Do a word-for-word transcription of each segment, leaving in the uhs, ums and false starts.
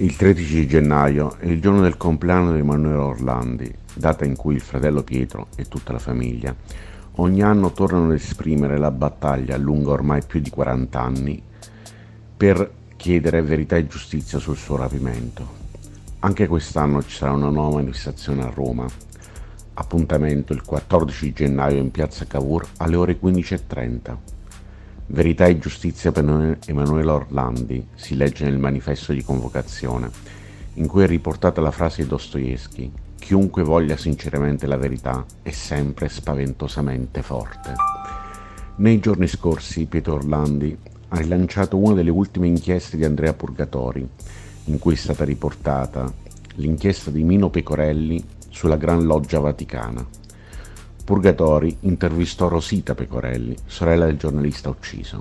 Il tredici gennaio è il giorno del compleanno di Emanuele Orlandi, data in cui il fratello Pietro e tutta la famiglia ogni anno tornano ad esprimere la battaglia lunga ormai più di quaranta anni per chiedere verità e giustizia sul suo rapimento. Anche quest'anno ci sarà una nuova manifestazione a Roma. Appuntamento il quattordici gennaio in piazza Cavour alle ore quindici e trenta. Verità e giustizia per Emanuele Orlandi, si legge nel manifesto di convocazione, in cui è riportata la frase di Dostoevskij: chiunque voglia sinceramente la verità è sempre spaventosamente forte. Nei giorni scorsi Pietro Orlandi ha rilanciato una delle ultime inchieste di Andrea Purgatori, in cui è stata riportata l'inchiesta di Mino Pecorelli sulla Gran Loggia Vaticana. Purgatori intervistò Rosita Pecorelli, sorella del giornalista ucciso.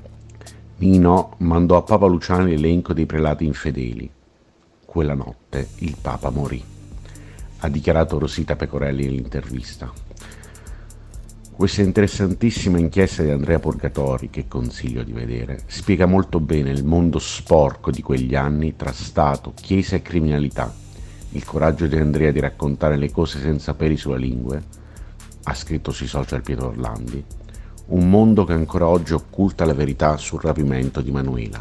Mino mandò a Papa Luciani l'elenco dei prelati infedeli. Quella notte il Papa morì, ha dichiarato Rosita Pecorelli nell'intervista. Questa interessantissima inchiesta di Andrea Purgatori, che consiglio di vedere, spiega molto bene il mondo sporco di quegli anni tra Stato, Chiesa e criminalità, il coraggio di Andrea di raccontare le cose senza peli sulla lingua, ha scritto sui social Pietro Orlandi, un mondo che ancora oggi occulta la verità sul rapimento di Manuela.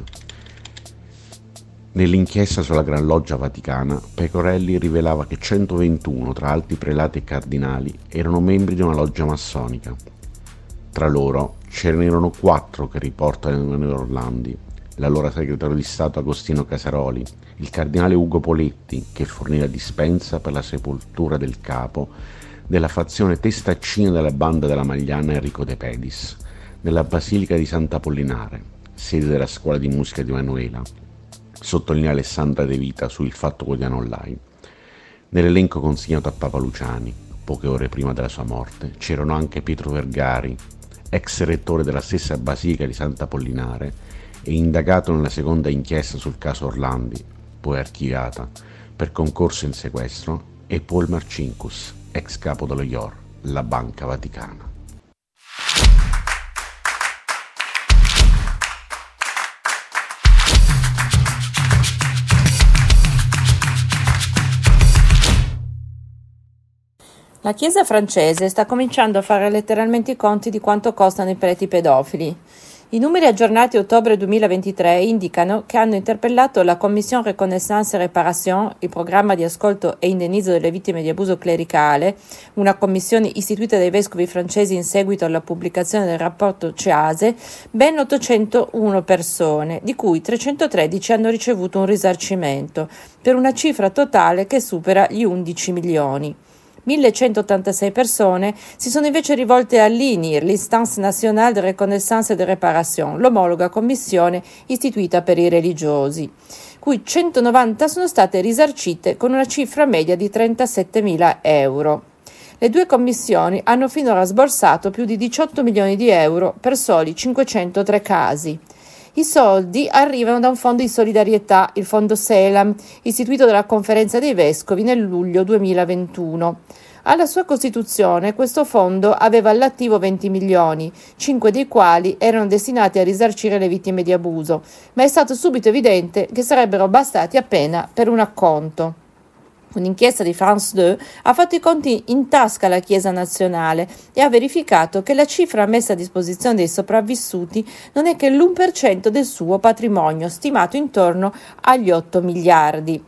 Nell'inchiesta sulla Gran Loggia Vaticana, Pecorelli rivelava che centoventuno tra alti prelati e cardinali erano membri di una loggia massonica. Tra loro ce n'erano quattro che riporta Emanuele Orlandi: l'allora segretario di Stato Agostino Casaroli, il cardinale Ugo Poletti, che forniva dispensa per la sepoltura del capo della fazione testaccina della banda della Magliana Enrico De Pedis, nella Basilica di Sant'Apollinare, sede della scuola di musica di Manuela, sottolinea Alessandra De Vita su Il Fatto Quotidiano Online. Nell'elenco consegnato a Papa Luciani, poche ore prima della sua morte, c'erano anche Pietro Vergari, ex rettore della stessa Basilica di Sant'Apollinare e indagato nella seconda inchiesta sul caso Orlandi, poi archiviata, per concorso in sequestro, e Paul Marcinkus, ex capo dello I O R, la Banca Vaticana. La Chiesa francese sta cominciando a fare letteralmente i conti di quanto costano i preti pedofili. I numeri aggiornati a ottobre duemilaventitré indicano che hanno interpellato la Commission Reconnaissance et Réparation, il programma di ascolto e indennizzo delle vittime di abuso clericale, una commissione istituita dai vescovi francesi in seguito alla pubblicazione del rapporto CEASE, ben ottocentouno persone, di cui trecentotredici hanno ricevuto un risarcimento, per una cifra totale che supera gli undici milioni. millecentottantasei persone si sono invece rivolte all'I N I R, l'Instance Nationale de Reconnaissance et de Réparation, l'omologa commissione istituita per i religiosi, cui centonovanta sono state risarcite con una cifra media di trentasettemila euro. Le due commissioni hanno finora sborsato più di diciotto milioni di euro per soli cinquecentotre casi. I soldi arrivano da un fondo di solidarietà, il fondo Selam, istituito dalla Conferenza dei Vescovi nel luglio duemilaventuno. Alla sua costituzione questo fondo aveva all'attivo venti milioni, cinque dei quali erano destinati a risarcire le vittime di abuso, ma è stato subito evidente che sarebbero bastati appena per un acconto. Un'inchiesta di France due ha fatto i conti in tasca alla Chiesa nazionale e ha verificato che la cifra messa a disposizione dei sopravvissuti non è che l'uno per cento del suo patrimonio, stimato intorno agli otto miliardi.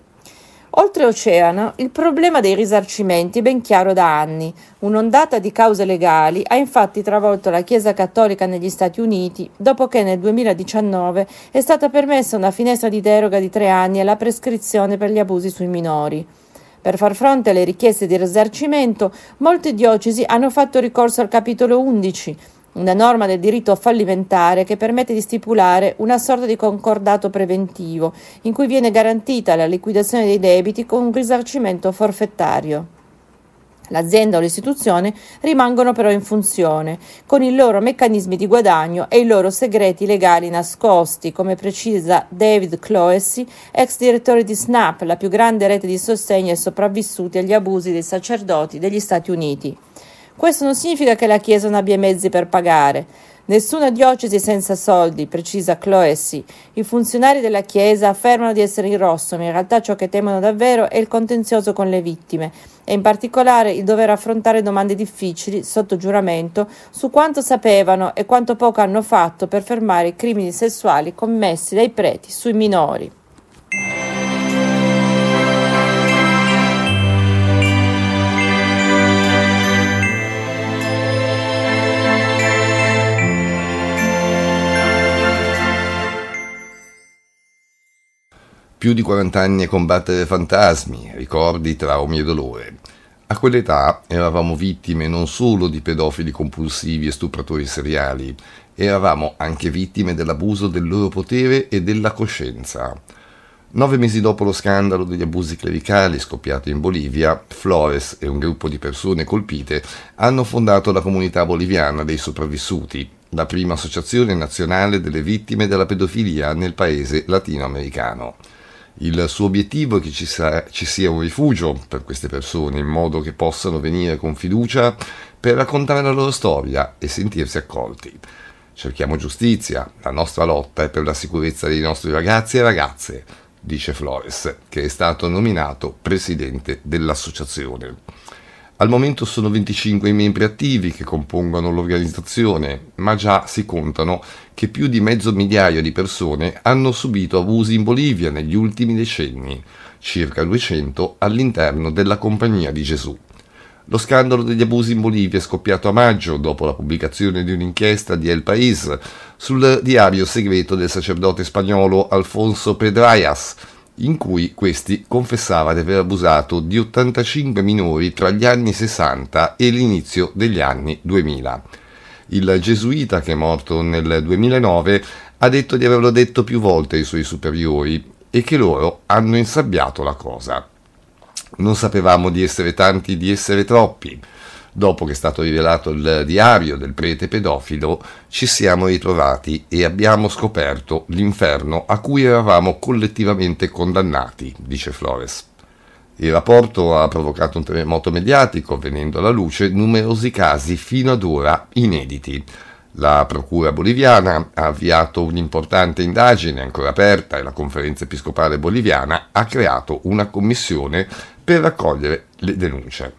Oltreoceano, il problema dei risarcimenti è ben chiaro da anni. Un'ondata di cause legali ha infatti travolto la Chiesa cattolica negli Stati Uniti, dopo che nel duemiladiciannove è stata permessa una finestra di deroga di tre anni alla prescrizione per gli abusi sui minori. Per far fronte alle richieste di risarcimento, molte diocesi hanno fatto ricorso al capitolo undici, una norma del diritto fallimentare che permette di stipulare una sorta di concordato preventivo, in cui viene garantita la liquidazione dei debiti con un risarcimento forfettario. L'azienda o l'istituzione rimangono però in funzione, con i loro meccanismi di guadagno e i loro segreti legali nascosti, come precisa David Cloesy, ex direttore di SNAP, la più grande rete di sostegno ai sopravvissuti agli abusi dei sacerdoti degli Stati Uniti. Questo non significa che la Chiesa non abbia i mezzi per pagare. Nessuna diocesi senza soldi, precisa Cloesi. I funzionari della Chiesa affermano di essere in rosso, ma in realtà ciò che temono davvero è il contenzioso con le vittime e in particolare il dover affrontare domande difficili, sotto giuramento, su quanto sapevano e quanto poco hanno fatto per fermare i crimini sessuali commessi dai preti sui minori. Più di quaranta anni a combattere fantasmi, ricordi, traumi e dolore. A quell'età eravamo vittime non solo di pedofili compulsivi e stupratori seriali, eravamo anche vittime dell'abuso del loro potere e della coscienza. Nove mesi dopo lo scandalo degli abusi clericali scoppiato in Bolivia, Flores e un gruppo di persone colpite hanno fondato la Comunità Boliviana dei Sopravvissuti, la prima associazione nazionale delle vittime della pedofilia nel paese latinoamericano. Il suo obiettivo è che ci, sa- ci sia un rifugio per queste persone, in modo che possano venire con fiducia per raccontare la loro storia e sentirsi accolti. Cerchiamo giustizia, la nostra lotta è per la sicurezza dei nostri ragazzi e ragazze, dice Flores, che è stato nominato presidente dell'associazione. Al momento sono venticinque i membri attivi che compongono l'organizzazione, ma già si contano che più di mezzo migliaio di persone hanno subito abusi in Bolivia negli ultimi decenni, circa duecento all'interno della Compagnia di Gesù. Lo scandalo degli abusi in Bolivia è scoppiato a maggio dopo la pubblicazione di un'inchiesta di El País sul diario segreto del sacerdote spagnolo Alfonso Pedrayas, in cui questi confessava di aver abusato di ottantacinque minori tra gli anni sessanta e l'inizio degli anni duemila. Il gesuita, che è morto nel duemilanove, ha detto di averlo detto più volte ai suoi superiori e che loro hanno insabbiato la cosa. Non sapevamo di essere tanti, di essere troppi. Dopo che è stato rivelato il diario del prete pedofilo, ci siamo ritrovati e abbiamo scoperto l'inferno a cui eravamo collettivamente condannati, dice Flores. Il rapporto ha provocato un terremoto mediatico, venendo alla luce numerosi casi fino ad ora inediti. La procura boliviana ha avviato un'importante indagine ancora aperta e la Conferenza Episcopale Boliviana ha creato una commissione per raccogliere le denunce.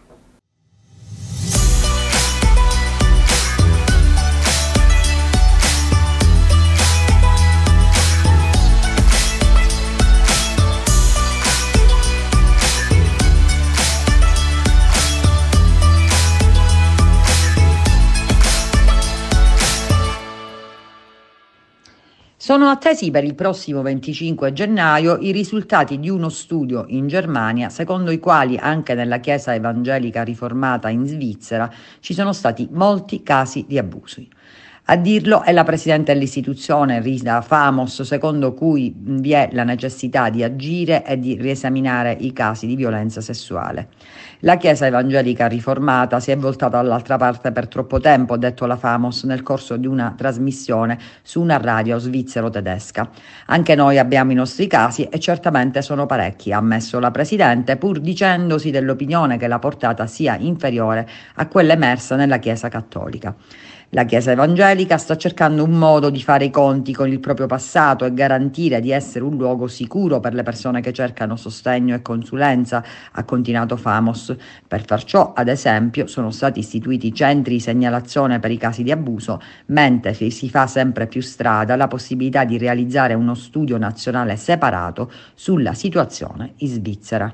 Sono attesi per il prossimo venticinque gennaio i risultati di uno studio in Germania, secondo i quali anche nella Chiesa evangelica riformata in Svizzera ci sono stati molti casi di abusi. A dirlo è la presidente dell'istituzione Rita Famos, secondo cui vi è la necessità di agire e di riesaminare i casi di violenza sessuale. La Chiesa evangelica riformata si è voltata dall'altra parte per troppo tempo, ha detto la Famos nel corso di una trasmissione su una radio svizzero-tedesca. Anche noi abbiamo i nostri casi e certamente sono parecchi, ha ammesso la presidente, pur dicendosi dell'opinione che la portata sia inferiore a quella emersa nella Chiesa cattolica. La Chiesa evangelica sta cercando un modo di fare i conti con il proprio passato e garantire di essere un luogo sicuro per le persone che cercano sostegno e consulenza, ha continuato Famos. Per far ciò, ad esempio, sono stati istituiti centri di segnalazione per i casi di abuso, mentre si fa sempre più strada la possibilità di realizzare uno studio nazionale separato sulla situazione in Svizzera.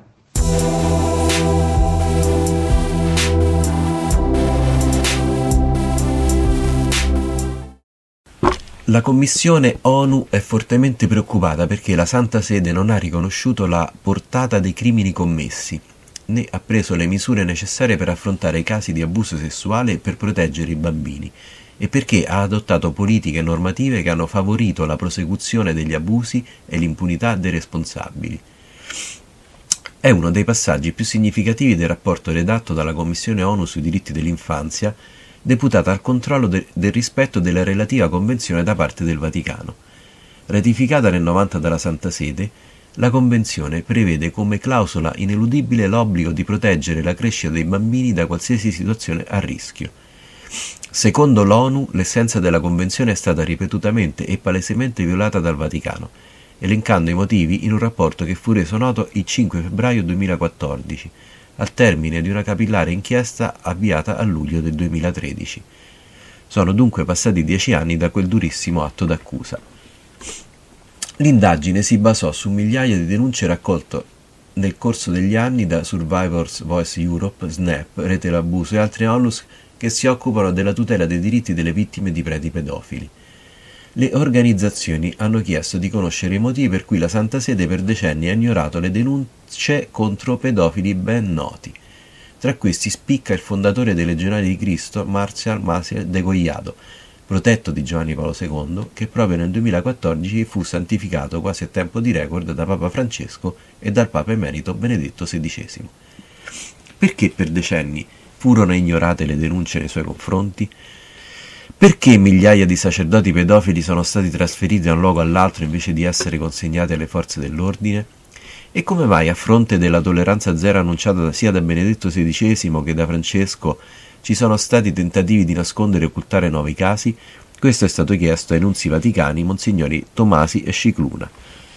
La Commissione ONU è fortemente preoccupata perché la Santa Sede non ha riconosciuto la portata dei crimini commessi, né ha preso le misure necessarie per affrontare i casi di abuso sessuale e per proteggere i bambini, e perché ha adottato politiche normative che hanno favorito la prosecuzione degli abusi e l'impunità dei responsabili. È uno dei passaggi più significativi del rapporto redatto dalla Commissione ONU sui diritti dell'infanzia, deputata al controllo de- del rispetto della relativa Convenzione da parte del Vaticano. Ratificata nel novanta dalla Santa Sede, la Convenzione prevede come clausola ineludibile l'obbligo di proteggere la crescita dei bambini da qualsiasi situazione a rischio. Secondo l'ONU, l'essenza della Convenzione è stata ripetutamente e palesemente violata dal Vaticano, elencando i motivi in un rapporto che fu reso noto il cinque febbraio duemilaquattordici, al termine di una capillare inchiesta avviata a luglio del duemilatredici. Sono dunque passati dieci anni da quel durissimo atto d'accusa. L'indagine si basò su migliaia di denunce raccolte nel corso degli anni da Survivors Voice Europe, Snap, Rete l'Abuso e altri onlus che si occupano della tutela dei diritti delle vittime di preti pedofili. Le organizzazioni hanno chiesto di conoscere i motivi per cui la Santa Sede per decenni ha ignorato le denunce contro pedofili ben noti. Tra questi spicca il fondatore dei Legionari di Cristo, Marcial Maciel de Collado, protetto di Giovanni Paolo secondo, che proprio nel duemilaquattordici fu santificato quasi a tempo di record da Papa Francesco e dal Papa Emerito Benedetto sedicesimo. Perché per decenni furono ignorate le denunce nei suoi confronti? Perché migliaia di sacerdoti pedofili sono stati trasferiti da un luogo all'altro invece di essere consegnati alle forze dell'ordine? E come mai, a fronte della tolleranza zero annunciata sia da Benedetto sedicesimo che da Francesco, ci sono stati tentativi di nascondere e occultare nuovi casi? Questo è stato chiesto ai nunzi vaticani Monsignori Tomasi e Scicluna.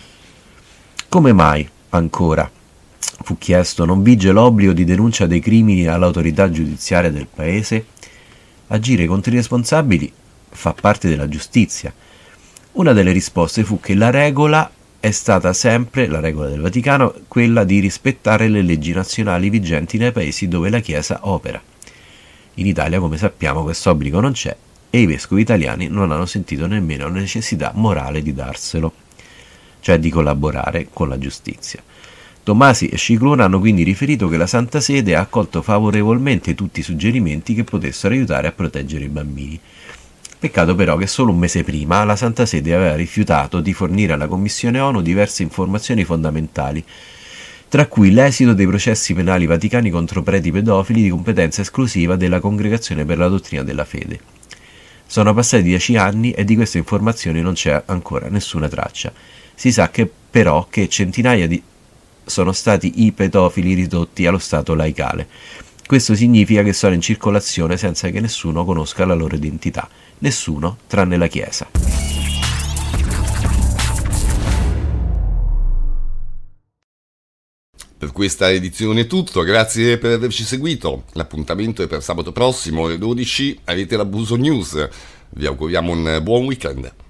Come mai, ancora, fu chiesto, non vige l'obbligo di denuncia dei crimini all'autorità giudiziaria del Paese? Agire contro i responsabili fa parte della giustizia. Una delle risposte fu che la regola è stata sempre, la regola del Vaticano, quella di rispettare le leggi nazionali vigenti nei paesi dove la Chiesa opera. In Italia, come sappiamo, questo obbligo non c'è e i vescovi italiani non hanno sentito nemmeno la necessità morale di darselo, cioè di collaborare con la giustizia. Tomasi e Scicluna hanno quindi riferito che la Santa Sede ha accolto favorevolmente tutti i suggerimenti che potessero aiutare a proteggere i bambini. Peccato però che solo un mese prima la Santa Sede aveva rifiutato di fornire alla Commissione ONU diverse informazioni fondamentali, tra cui l'esito dei processi penali vaticani contro preti pedofili di competenza esclusiva della Congregazione per la Dottrina della Fede. Sono passati dieci anni e di queste informazioni non c'è ancora nessuna traccia. Si sa che però che centinaia di sono stati i pedofili ridotti allo stato laicale. Questo significa che sono in circolazione senza che nessuno conosca la loro identità, nessuno tranne la Chiesa. Per questa edizione è tutto, grazie per averci seguito. L'appuntamento è per sabato prossimo alle dodici, avete l'Abuso News. Vi auguriamo un buon weekend.